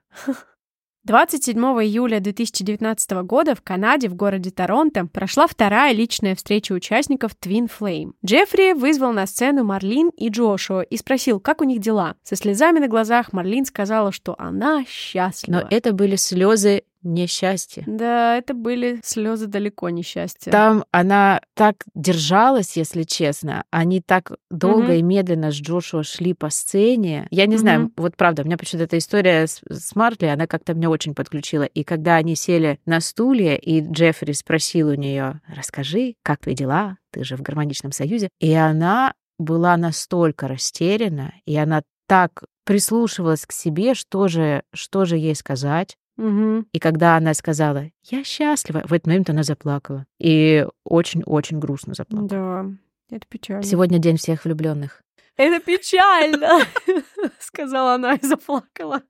двадцать седьмого июля две тысячи девятнадцатого года в Канаде, в городе Торонто, прошла вторая личная встреча участников Twin Flame. Джеффри вызвал на сцену Марлин и Джошуа и спросил, как у них дела. Со слезами на глазах Марлин сказала, что она счастлива. Но это были слезы несчастья. Да, это были слезы далеко не счастья. Там она так держалась, если честно. Они так долго Mm-hmm. и медленно с Джошуа шли по сцене. Я не mm-hmm. знаю, вот правда, у меня почему-то эта история с, с Марли, она как-то меня очень подключила. И когда они сели на стулья, и Джеффри спросил у нее: «Расскажи, как твои дела? Ты же в гармоничном союзе». И она была настолько растеряна, и она так прислушивалась к себе, что же, что же ей сказать. Угу. И когда она сказала «я счастлива», в этот момент она заплакала. И очень-очень грустно заплакала. Да, это печально. Сегодня день всех влюбленных. Это печально, сказала она и заплакала.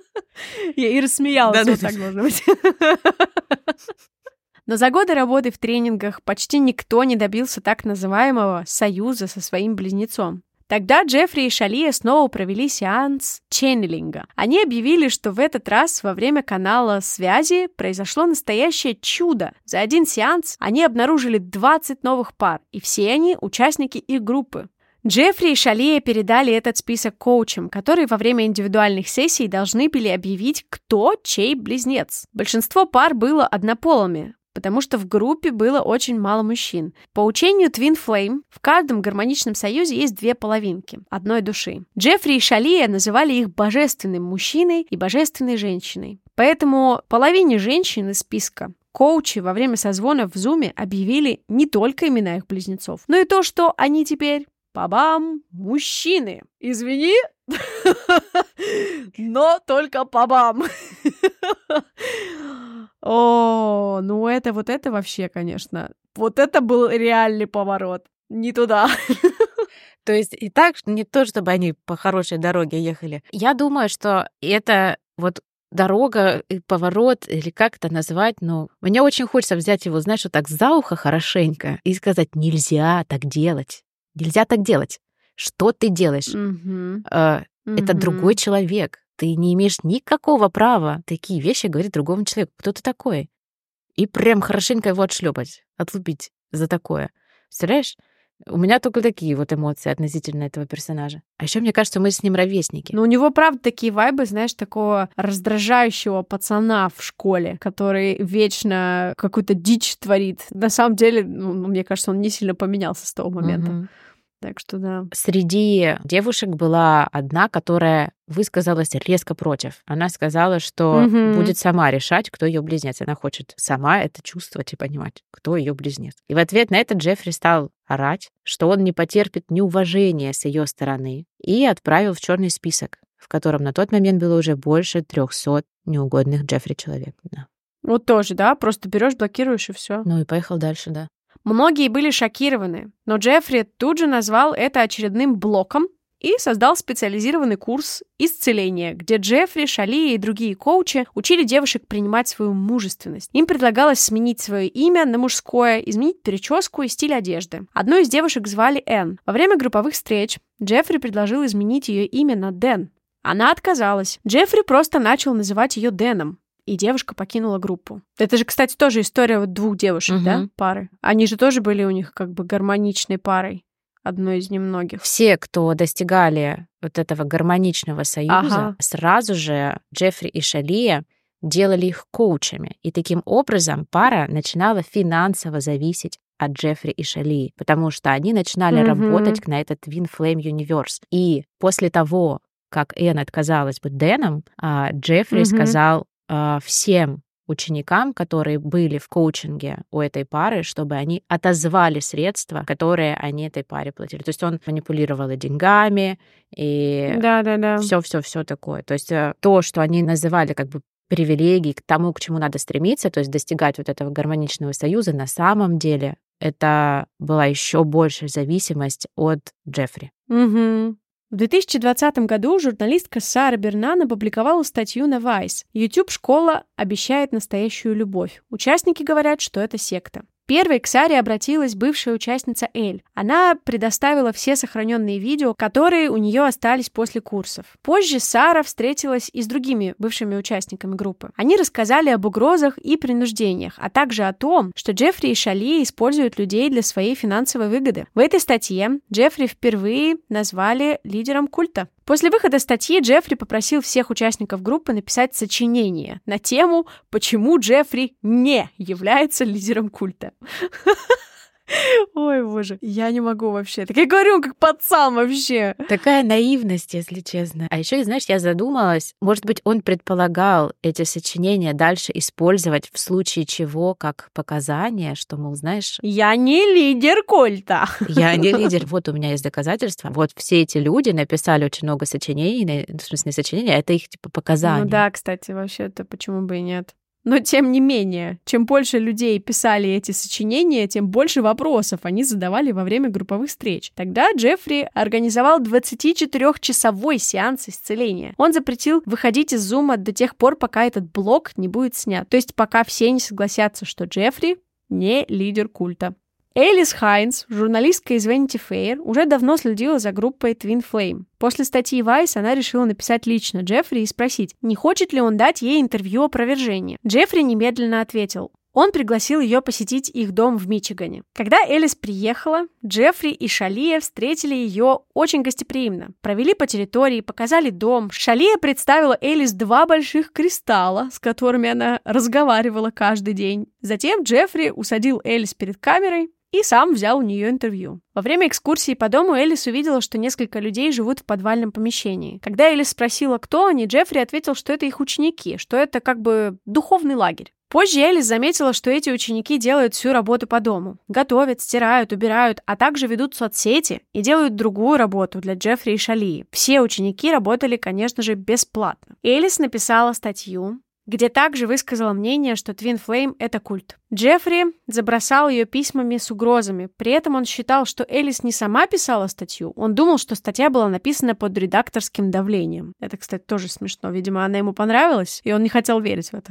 Я и рассмеялась, вот так должно быть. Но за годы работы в тренингах почти никто не добился так называемого союза со своим близнецом. Тогда Джеффри и Шалия снова провели сеанс ченнелинга. Они объявили, что в этот раз во время канала связи произошло настоящее чудо. За один сеанс они обнаружили двадцать новых пар, и все они участники их группы. Джеффри и Шалия передали этот список коучам, которые во время индивидуальных сессий должны были объявить, кто чей близнец. Большинство пар было однополыми, потому что в группе было очень мало мужчин. По учению Twin Flame в каждом гармоничном союзе есть две половинки одной души. Джеффри и Шалия называли их божественным мужчиной и божественной женщиной. Поэтому половине женщин из списка коучи во время созвона в Зуме объявили не только имена их близнецов, но и то, что они теперь па-бам, мужчины. Извини, но только па-бам. О, ну это вот это вообще, конечно. Вот это был реальный поворот. Не туда. То есть и так, не то, чтобы они по хорошей дороге ехали. Я думаю, что это вот дорога, поворот, или как это назвать, ну, мне очень хочется взять его, знаешь, вот так за ухо хорошенько и сказать: нельзя так делать. Нельзя так делать. Что ты делаешь? Mm-hmm. Uh, Mm-hmm. Это другой человек. Ты не имеешь никакого права такие вещи говорить другому человеку. Кто ты такой? И прям хорошенько его отшлепать, отлупить за такое. Представляешь? У меня только такие вот эмоции относительно этого персонажа. А еще мне кажется, мы с ним ровесники. Ну, у него, правда, такие вайбы, знаешь, такого раздражающего пацана в школе, который вечно какую-то дичь творит. На самом деле, ну, мне кажется, он не сильно поменялся с того момента. Mm-hmm. Так что да. Среди девушек была одна, которая высказалась резко против. Она сказала, что Mm-hmm. будет сама решать, кто ее близнец. Она хочет сама это чувствовать и понимать, кто ее близнец. И в ответ на это Джеффри стал орать, что он не потерпит неуважения с ее стороны, и отправил в черный список, в котором на тот момент было уже больше трехсот неугодных Джеффри человек. Да. Вот тоже, да? Просто берешь, блокируешь и все. Ну и поехал дальше, да. Многие были шокированы, но Джеффри тут же назвал это очередным блоком и создал специализированный курс исцеления, где Джеффри, Шалия и другие коучи учили девушек принимать свою мужественность. Им предлагалось сменить свое имя на мужское, изменить прическу и стиль одежды. Одну из девушек звали Энн. Во время групповых встреч Джеффри предложил изменить ее имя на Дэн. Она отказалась. Джеффри просто начал называть ее Дэном, и девушка покинула группу. Это же, кстати, тоже история вот двух девушек, угу. да, пары. Они же тоже были у них как бы гармоничной парой, одной из немногих. Все, кто достигали вот этого гармоничного союза, ага. сразу же Джеффри и Шалия делали их коучами. И таким образом пара начинала финансово зависеть от Джеффри и Шалии, потому что они начинали mm-hmm. работать на этот Twin Flame Universe. И после того, как Энн отказалась быть Дэном, Джеффри mm-hmm. сказал всем ученикам, которые были в коучинге у этой пары, чтобы они отозвали средства, которые они этой паре платили. То есть он манипулировал и деньгами, и да-да-да. все-все-все такое. То есть то, что они называли как бы привилегией к тому, к чему надо стремиться, то есть достигать вот этого гармоничного союза, на самом деле это была еще большая зависимость от Джеффри. Угу. В две тысячи двадцатом году журналистка Сара Бернан опубликовала статью на Vice. YouTube-школа обещает настоящую любовь. Участники говорят, что это секта. Первой к Саре обратилась бывшая участница Эль. Она предоставила все сохраненные видео, которые у нее остались после курсов. Позже Сара встретилась и с другими бывшими участниками группы. Они рассказали об угрозах и принуждениях, а также о том, что Джеффри и Шалия используют людей для своей финансовой выгоды. В этой статье Джеффри впервые назвали лидером культа. После выхода статьи Джеффри попросил всех участников группы написать сочинение на тему «Почему Джеффри не является лидером культа». Ой, боже, я не могу вообще. Так я говорю, как пацан вообще. Такая наивность, если честно. А еще, знаешь, я задумалась, может быть, он предполагал эти сочинения дальше использовать в случае чего как показания, что, мол, знаешь... Я не лидер культа. Я не лидер. Вот у меня есть доказательства. Вот все эти люди написали очень много сочинений, в смысле, сочинения, это их, типа, показания. Ну да, кстати, вообще-то почему бы и нет. Но, тем не менее, чем больше людей писали эти сочинения, тем больше вопросов они задавали во время групповых встреч. Тогда Джеффри организовал двадцатичетырёхчасовой сеанс исцеления. Он запретил выходить из Зума до тех пор, пока этот блок не будет снят. То есть пока все не согласятся, что Джеффри не лидер культа. Элис Хайнс, журналистка из Vanity Fair, уже давно следила за группой Twin Flame. После статьи Vice она решила написать лично Джеффри и спросить, не хочет ли он дать ей интервью опровержения. Джеффри немедленно ответил. Он пригласил ее посетить их дом в Мичигане. Когда Элис приехала, Джеффри и Шалия встретили ее очень гостеприимно. Провели по территории, показали дом. Шалия представила Элис два больших кристалла, с которыми она разговаривала каждый день. Затем Джеффри усадил Элис перед камерой и сам взял у нее интервью. Во время экскурсии по дому Элис увидела, что несколько людей живут в подвальном помещении. Когда Элис спросила, кто они, Джеффри ответил, что это их ученики, что это как бы духовный лагерь. Позже Элис заметила, что эти ученики делают всю работу по дому. Готовят, стирают, убирают, а также ведут соцсети и делают другую работу для Джеффри и Шалии. Все ученики работали, конечно же, бесплатно. Элис написала статью, где также высказала мнение, что Twin Flame — это культ. Джеффри забросал ее письмами с угрозами. При этом он считал, что Элис не сама писала статью. Он думал, что статья была написана под редакторским давлением. Это, кстати, тоже смешно. Видимо, она ему понравилась, и он не хотел верить в это.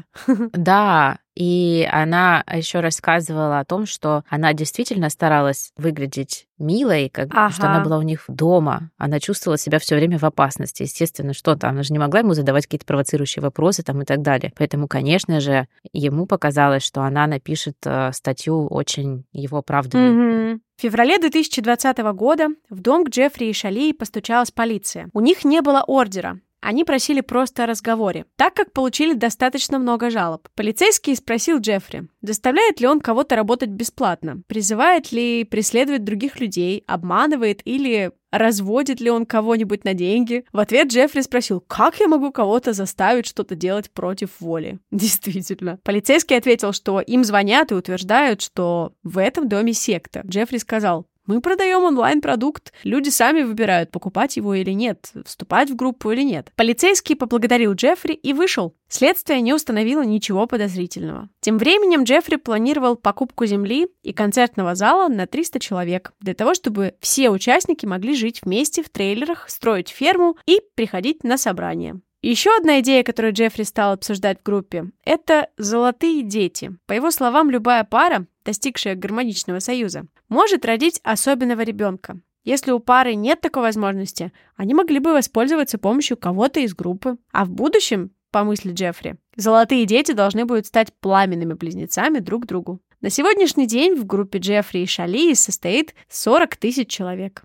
Да, и она еще рассказывала о том, что она действительно старалась выглядеть милой, как ага. что она была у них дома. Она чувствовала себя все время в опасности. Естественно, что-то. Она же не могла ему задавать какие-то провоцирующие вопросы там и так далее. Поэтому, конечно же, ему показалось, что она напишет э, статью очень его оправданную. Mm-hmm. В феврале две тысячи двадцатого года в дом к Джеффри и Шалии постучалась полиция. У них не было ордера. Они просили просто о разговоре, так как получили достаточно много жалоб. Полицейский спросил Джеффри, заставляет ли он кого-то работать бесплатно, призывает ли преследовать других людей, обманывает или разводит ли он кого-нибудь на деньги. В ответ Джеффри спросил, как я могу кого-то заставить что-то делать против воли? Действительно. Полицейский ответил, что им звонят и утверждают, что в этом доме секта. Джеффри сказал, Мы продаем онлайн-продукт. Люди сами выбирают, покупать его или нет, вступать в группу или нет. Полицейский поблагодарил Джеффри и вышел. Следствие не установило ничего подозрительного. Тем временем Джеффри планировал покупку земли и концертного зала на триста человек, для того, чтобы все участники могли жить вместе в трейлерах, строить ферму и приходить на собрания. Еще одна идея, которую Джеффри стал обсуждать в группе, это золотые дети. По его словам, любая пара, достигшая гармоничного союза, может родить особенного ребенка. Если у пары нет такой возможности, они могли бы воспользоваться помощью кого-то из группы. А в будущем, по мысли Джеффри, золотые дети должны будут стать пламенными близнецами друг другу. На сегодняшний день в группе Джеффри и Шалии состоит сорок тысяч человек.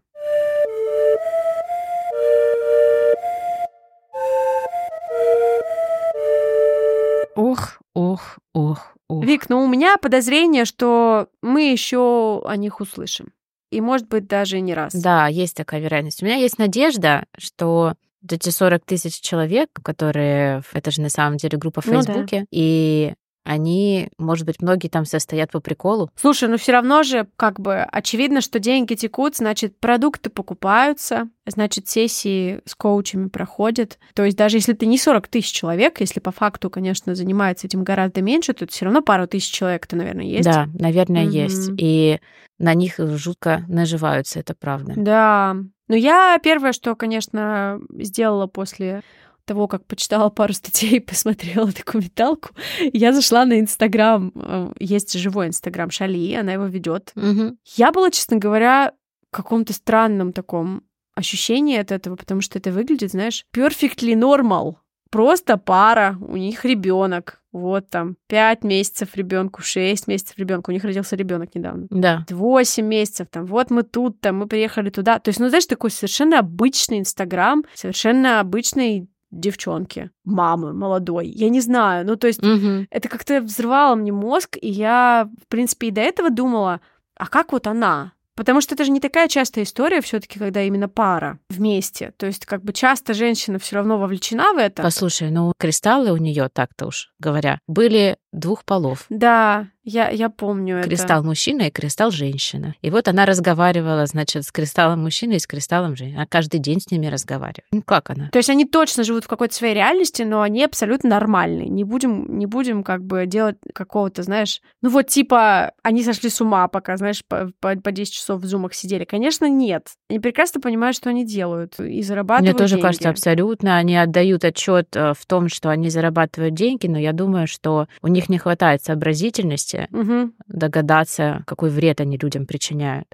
Ох, ох, ох, ох. Вик, ну у меня подозрение, что мы еще о них услышим. И, может быть, даже не раз. Да, есть такая вероятность. У меня есть надежда, что вот эти сорок тысяч человек, которые... Это же на самом деле группа в Ну Фейсбуке, да. и они, может быть, многие там состоят по приколу. Слушай, ну все равно же как бы очевидно, что деньги текут, значит, продукты покупаются, значит, сессии с коучами проходят. То есть даже если ты не сорок тысяч человек, если по факту, конечно, занимается этим гораздо меньше, то это все равно пару тысяч человек-то, наверное, есть. Да, наверное, Мгм. есть. И на них жутко наживаются, это правда. Да. Ну я первое, что, конечно, сделала после того, как почитала пару статей и посмотрела документалку, я зашла на Инстаграм. Есть живой Инстаграм Шалии, она его ведет. Мгм. Я была, честно говоря, в каком-то странном таком ощущении от этого, потому что это выглядит, знаешь, perfectly normal. Просто пара, у них ребенок. Вот там пять месяцев ребенку, шесть месяцев ребенку. У них родился ребенок недавно. Да. восемь месяцев, там, вот мы тут, там, мы приехали туда. То есть, ну, знаешь, такой совершенно обычный Инстаграм, совершенно обычный девчонки, мамы молодой. Я не знаю, ну, то есть Мгм. это как-то взрывало мне мозг, и я, в принципе, и до этого думала, а как вот она? Потому что это же не такая частая история все-таки, когда именно пара вместе. То есть как бы часто женщина все равно вовлечена в это. Послушай, ну кристаллы у нее, так-то уж говоря, были двух полов. Да, я, я помню это. Кристалл мужчина и кристалл женщина. И вот она разговаривала, значит, с кристаллом мужчины и с кристаллом женщины. Она каждый день с ними разговаривает. Ну как она? То есть они точно живут в какой-то своей реальности, но они абсолютно нормальные. Не будем, не будем как бы делать какого-то, знаешь... Ну вот типа они сошли с ума, пока, знаешь, по, по, по десять часов в зумах сидели. Конечно, нет. Они прекрасно понимают, что они делают, и зарабатывают Мне тоже деньги. кажется, абсолютно. Они отдают отчет в том, что они зарабатывают деньги, но я думаю, что у них не хватает сообразительности Угу. догадаться, какой вред они людям причиняют.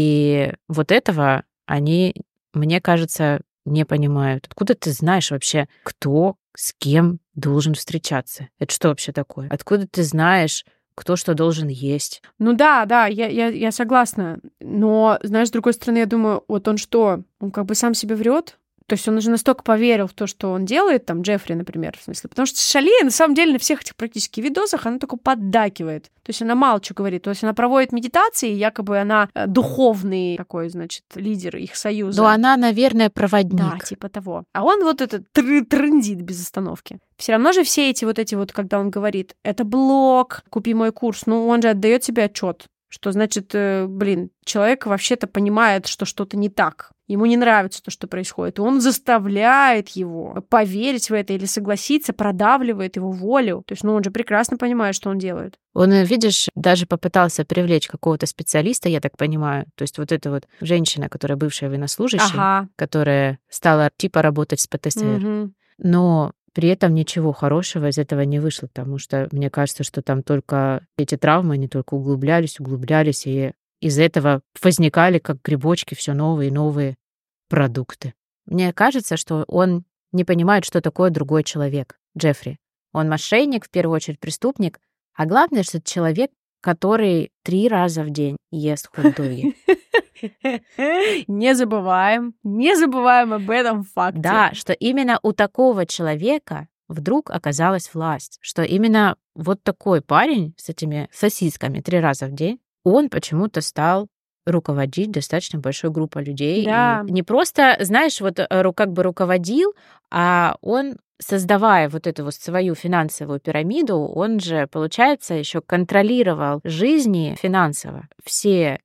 И вот этого они, мне кажется, не понимают. Откуда ты знаешь вообще, кто с кем должен встречаться? Это что вообще такое? Откуда ты знаешь, кто что должен есть? Ну да, да, я, я, я согласна. Но, знаешь, с другой стороны, я думаю, вот он что, он как бы сам себе врет? То есть он уже настолько поверил в то, что он делает, там, Джеффри, например, в смысле. Потому что Шалия, на самом деле, на всех этих практически видосах она только поддакивает. То есть она мало что говорит. То есть она проводит медитации, якобы она э, духовный такой, значит, лидер их союза. Но она, наверное, проводник. Да, типа того. А он вот этот тр- трындит без остановки. Все равно же все эти вот эти вот, когда он говорит, это блог, купи мой курс, ну он же отдает себе отчет, что значит, э, блин, человек вообще-то понимает, что что-то не так. Ему не нравится то, что происходит. И он заставляет его поверить в это или согласиться, продавливает его волю. То есть, ну, он же прекрасно понимает, что он делает. Он, видишь, даже попытался привлечь какого-то специалиста, я так понимаю. То есть вот эта вот женщина, которая бывшая военнослужащая, Ага. которая стала типа работать с ПТСР. Мгм. Но при этом ничего хорошего из этого не вышло, потому что мне кажется, что там только эти травмы, они только углублялись, углублялись, и из-за этого возникали, как грибочки, все новые и новые продукты. Мне кажется, что он не понимает, что такое другой человек, Джеффри. Он мошенник, в первую очередь преступник, а главное, что это человек, который три раза в день ест хот-доги. Не забываем, не забываем об этом факте. Да, что именно у такого человека вдруг оказалась власть, что именно вот такой парень с этими сосисками три раза в день, он почему-то стал руководить достаточно большой группой людей. Да. И не просто, знаешь, вот ру- как бы руководил, а он, создавая вот эту вот свою финансовую пирамиду, он же, получается, еще контролировал жизни финансово. Все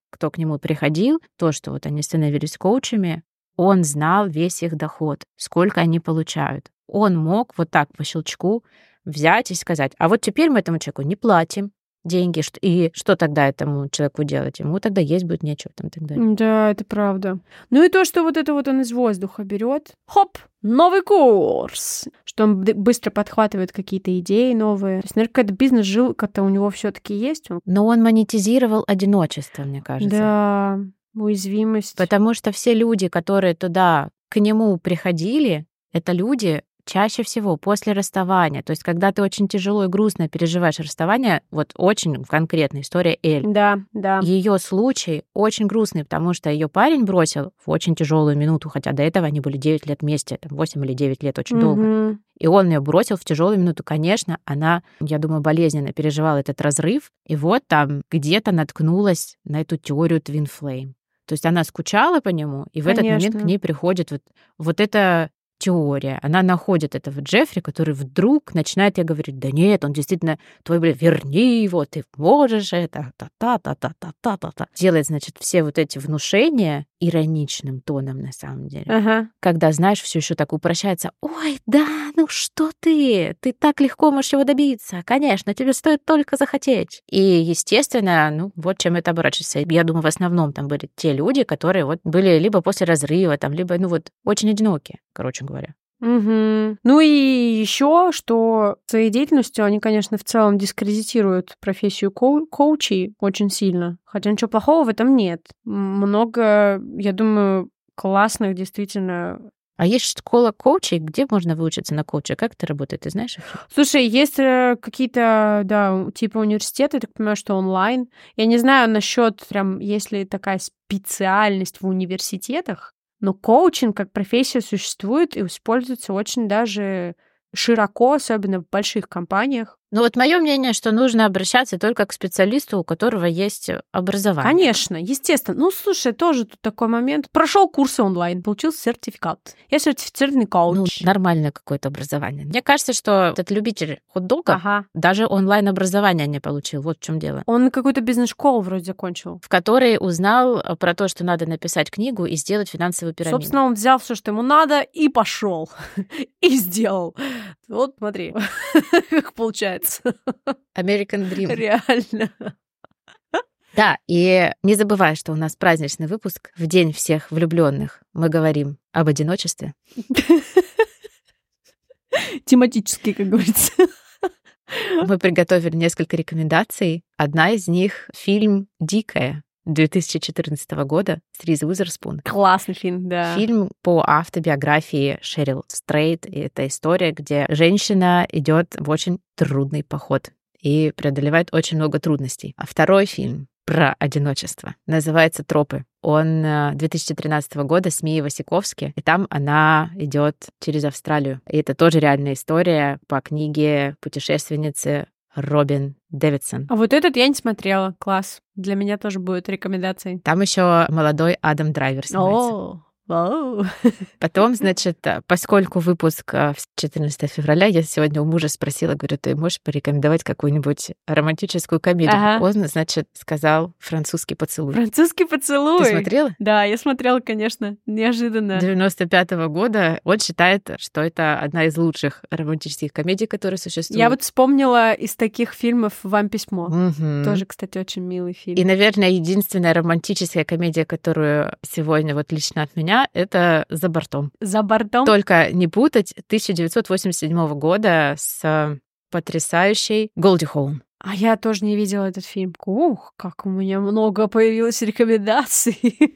кто к нему приходил, то, что вот они становились коучами, он знал весь их доход, сколько они получают. Он мог вот так по щелчку взять и сказать, а вот теперь мы этому человеку не платим деньги, и что тогда этому человеку делать? Ему тогда есть будет нечего там и так далее. Да, это правда. Ну и то, что вот это вот он из воздуха берет, хоп, новый курс, что он быстро подхватывает какие-то идеи новые. То есть, наверное, какая-то бизнес-жилка-то у него все-таки есть. Но он монетизировал одиночество, мне кажется. Да, уязвимость. Потому что все люди, которые туда к нему приходили, это люди чаще всего после расставания. То есть, когда ты очень тяжело и грустно переживаешь расставание, вот очень конкретная история Эль. Да, да. Ее случай очень грустный, потому что ее парень бросил в очень тяжелую минуту, хотя до этого они были девять лет вместе, там восемь или девять лет, очень Мгм. долго. И он ее бросил в тяжелую минуту. Конечно, она, я думаю, болезненно переживала этот разрыв, и вот там где-то наткнулась на эту теорию Twin Flame. То есть она скучала по нему, и в этот момент Конечно. к ней приходит вот, вот эта теория. Она находит этого Джеффри, который вдруг начинает ей говорить, да нет, он действительно твой, блин, верни его, ты можешь это, та-та-та-та-та-та-та. Делает, значит, все вот эти внушения ироничным тоном, на самом деле. Ага. Когда, знаешь, все еще так упрощается. Ой, да, ну что ты? Ты так легко можешь его добиться. Конечно, тебе стоит только захотеть. И, естественно, ну, вот чем это оборачивается. Я думаю, в основном там были те люди, которые вот были либо после разрыва, там, либо, ну вот, очень одинокие, короче говоря. Мгм. Ну и еще, что своей деятельностью они, конечно, в целом дискредитируют профессию коу- коучей очень сильно. Хотя ничего плохого в этом нет. М, Много, я думаю, классных действительно. А есть школа коучей, где можно выучиться на коуча? Как это работает, ты знаешь вообще? Слушай, есть э, какие-то, да, типа университеты, я так понимаю, что онлайн. Я не знаю насчет прям, есть ли такая специальность в университетах, но коучинг как профессия существует и используется очень даже широко, особенно в больших компаниях. Ну вот мое мнение, что нужно обращаться только к специалисту, у которого есть образование. Конечно, естественно. Ну, слушай, тоже тут такой момент. Прошел курсы онлайн, получил сертификат. Я сертифицированный Ну, коуч. нормальное какое-то образование. Мне кажется, что этот любитель хот-дога Ага. даже онлайн-образование не получил. Вот в чем дело. Он какую-то бизнес-школу вроде закончил. В которой узнал про то, что надо написать книгу и сделать финансовую пирамиду. Собственно, он взял все, что ему надо, и пошел. И сделал. Вот смотри, как получается. American Dream. Реально. Да, и не забывай, что у нас праздничный выпуск в День всех влюбленных. Мы говорим об одиночестве. Тематически, как говорится. Мы приготовили несколько рекомендаций. Одна из них — фильм «Дикая» две тысячи четырнадцатого года с Риз Уизерспун. Классный фильм, да. Фильм по автобиографии Шерил Стрейт. И это история, где женщина идет в очень трудный поход и преодолевает очень много трудностей. А второй фильм про одиночество называется «Тропы». Он две тысячи тринадцатого года с Мией Васиковски, и там она идет через Австралию. И это тоже реальная история по книге путешественницы Робин Дэвидсон. А вот этот я не смотрела. Класс. Для меня тоже будет рекомендацией. Там еще молодой Адам Драйвер снимается. О, вау. Потом, значит, поскольку выпуск четырнадцатого февраля, я сегодня у мужа спросила, говорю, ты можешь порекомендовать какую-нибудь романтическую комедию? Ага. Он, значит, сказал «Французский поцелуй». Французский поцелуй. Ты смотрела? Да, я смотрела, конечно. Неожиданно. девяносто пятого года. Он считает, что это одна из лучших романтических комедий, которые существуют. Я вот вспомнила из таких фильмов «Вам письмо». Мгм. Тоже, кстати, очень милый фильм. И, наверное, единственная романтическая комедия, которую сегодня вот лично от меня, это «За бортом». «За бортом». Только не путать тысяча девятьсот восемьдесят седьмого года с потрясающей Голди Хоун. А я тоже не видела этот фильм. Ух, как у меня много появилось рекомендаций.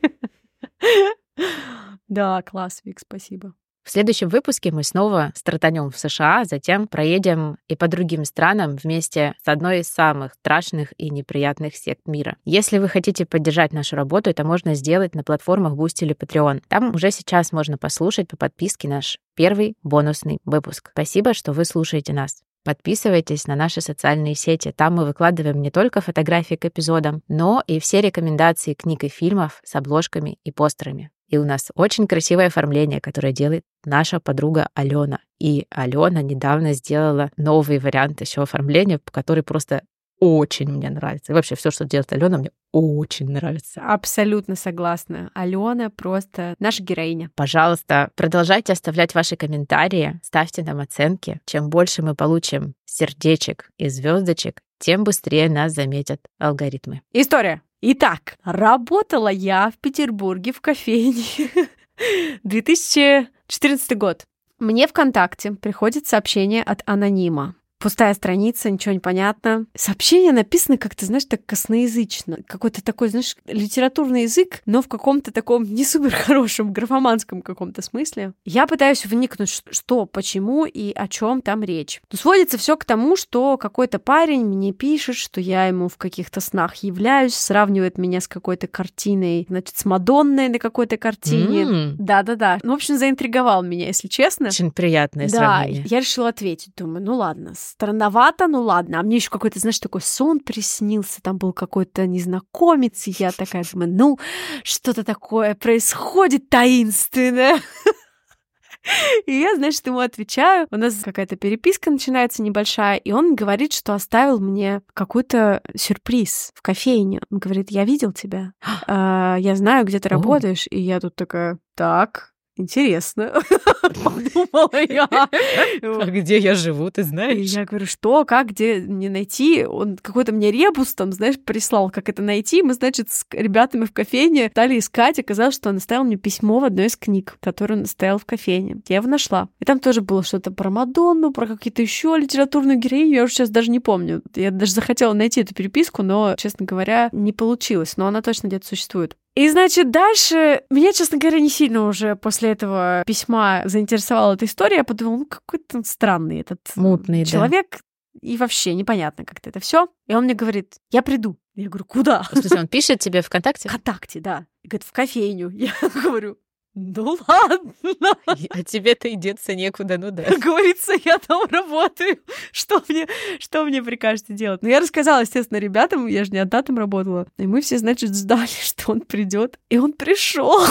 Да, класс, Вик, спасибо. В следующем выпуске мы снова стартанем в США, затем проедем и по другим странам вместе с одной из самых страшных и неприятных сект мира. Если вы хотите поддержать нашу работу, это можно сделать на платформах Boosty или Patreon. Там уже сейчас можно послушать по подписке наш первый бонусный выпуск. Спасибо, что вы слушаете нас. Подписывайтесь на наши социальные сети. Там мы выкладываем не только фотографии к эпизодам, но и все рекомендации книг и фильмов с обложками и постерами. И у нас очень красивое оформление, которое делает наша подруга Алена. И Алена недавно сделала новый вариант еще оформления, который просто очень мне нравится. И вообще все, что делает Алена, мне очень нравится. Абсолютно согласна. Алена просто наша героиня. Пожалуйста, продолжайте оставлять ваши комментарии, ставьте нам оценки. Чем больше мы получим сердечек и звездочек, тем быстрее нас заметят алгоритмы. История. Итак, работала я в Петербурге в кофейне. две тысячи четырнадцатый год. Мне ВКонтакте приходит сообщение от анонима. Пустая страница, ничего не понятно. Сообщение написано как-то, знаешь, так косноязычно. Какой-то такой, знаешь, литературный язык, но в каком-то таком не супер хорошем графоманском каком-то смысле. Я пытаюсь вникнуть, что, почему и о чем там речь. Но сводится все к тому, что какой-то парень мне пишет, что я ему в каких-то снах являюсь, сравнивает меня с какой-то картиной, значит, с Мадонной на какой-то картине. Mm. Да-да-да. Ну, в общем, заинтриговал меня, если честно. Очень приятное да, сравнение. Я решила ответить. Думаю, ну ладно, странновато, ну ладно. А мне еще какой-то, знаешь, такой сон приснился, там был какой-то незнакомец, и я такая думаю, ну, что-то такое происходит таинственное. И я, значит, ему отвечаю, у нас какая-то переписка начинается небольшая, и он говорит, что оставил мне какой-то сюрприз в кофейне. Он говорит, я видел тебя, я знаю, где ты работаешь, и я тут такая, так... Интересно, подумала я. А где я живу, ты знаешь? И я говорю, что, как, где мне найти? Он какой-то мне ребус там, знаешь, прислал, как это найти. Мы, значит, с ребятами в кофейне стали искать. Оказалось, что он оставил мне письмо в одной из книг, которую он оставил в кофейне. Я его нашла. И там тоже было что-то про Мадонну, про какие-то еще литературные героини. Я уже сейчас даже не помню. Я даже захотела найти эту переписку, но, честно говоря, не получилось. Но она точно где-то существует. И, значит, дальше меня, честно говоря, не сильно уже после этого письма заинтересовала эта история. Я подумала, ну, какой-то странный этот мутный человек. Да. И вообще непонятно как-то это все. И он мне говорит, я приду. Я говорю, куда? В смысле, он пишет тебе ВКонтакте? ВКонтакте, да. И говорит, в кофейню. Я говорю, ну ладно. А тебе-то и деться некуда, ну да. Говорится, я там работаю. Что мне, что мне прикажете делать? Ну, я рассказала, естественно, ребятам, я же не одна там работала. И мы все, значит, ждали, что он придет. И он пришел.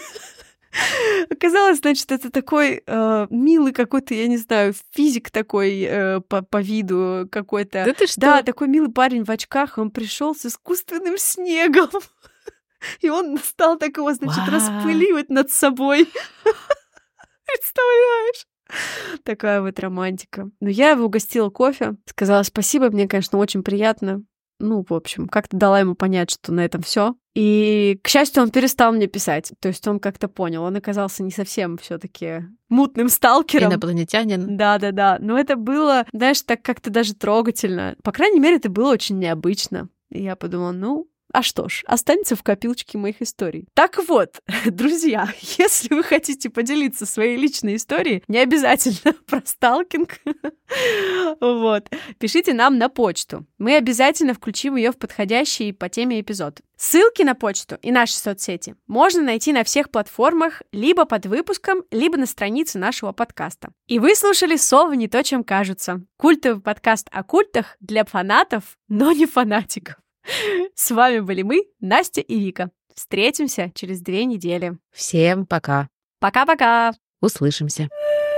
Оказалось, значит, это такой э, милый какой-то, я не знаю, физик такой э, по, по виду какой-то. Да ты что? Да, такой милый парень в очках. Он пришел с искусственным снегом. И он стал так его, значит, Вау. распыливать над собой. Представляешь? Такая вот романтика. Но я его угостила кофе, сказала спасибо, мне, конечно, очень приятно. Ну, в общем, как-то дала ему понять, что на этом все. И, к счастью, он перестал мне писать. То есть он как-то понял. Он оказался не совсем все-таки мутным сталкером. Инопланетянин. Да-да-да. Но это было, знаешь, так как-то даже трогательно. По крайней мере, это было очень необычно. И я подумала, ну, а что ж, останется в копилочке моих историй. Так вот, друзья, если вы хотите поделиться своей личной историей, не обязательно про сталкинг, вот, пишите нам на почту. Мы обязательно включим ее в подходящий по теме эпизод. Ссылки на почту и наши соцсети можно найти на всех платформах либо под выпуском, либо на странице нашего подкаста. И вы слушали «Совы не то, чем кажутся». Культовый подкаст о культах для фанатов, но не фанатиков. С вами были мы, Настя и Вика. Встретимся через две недели. Всем пока. Пока-пока. Услышимся.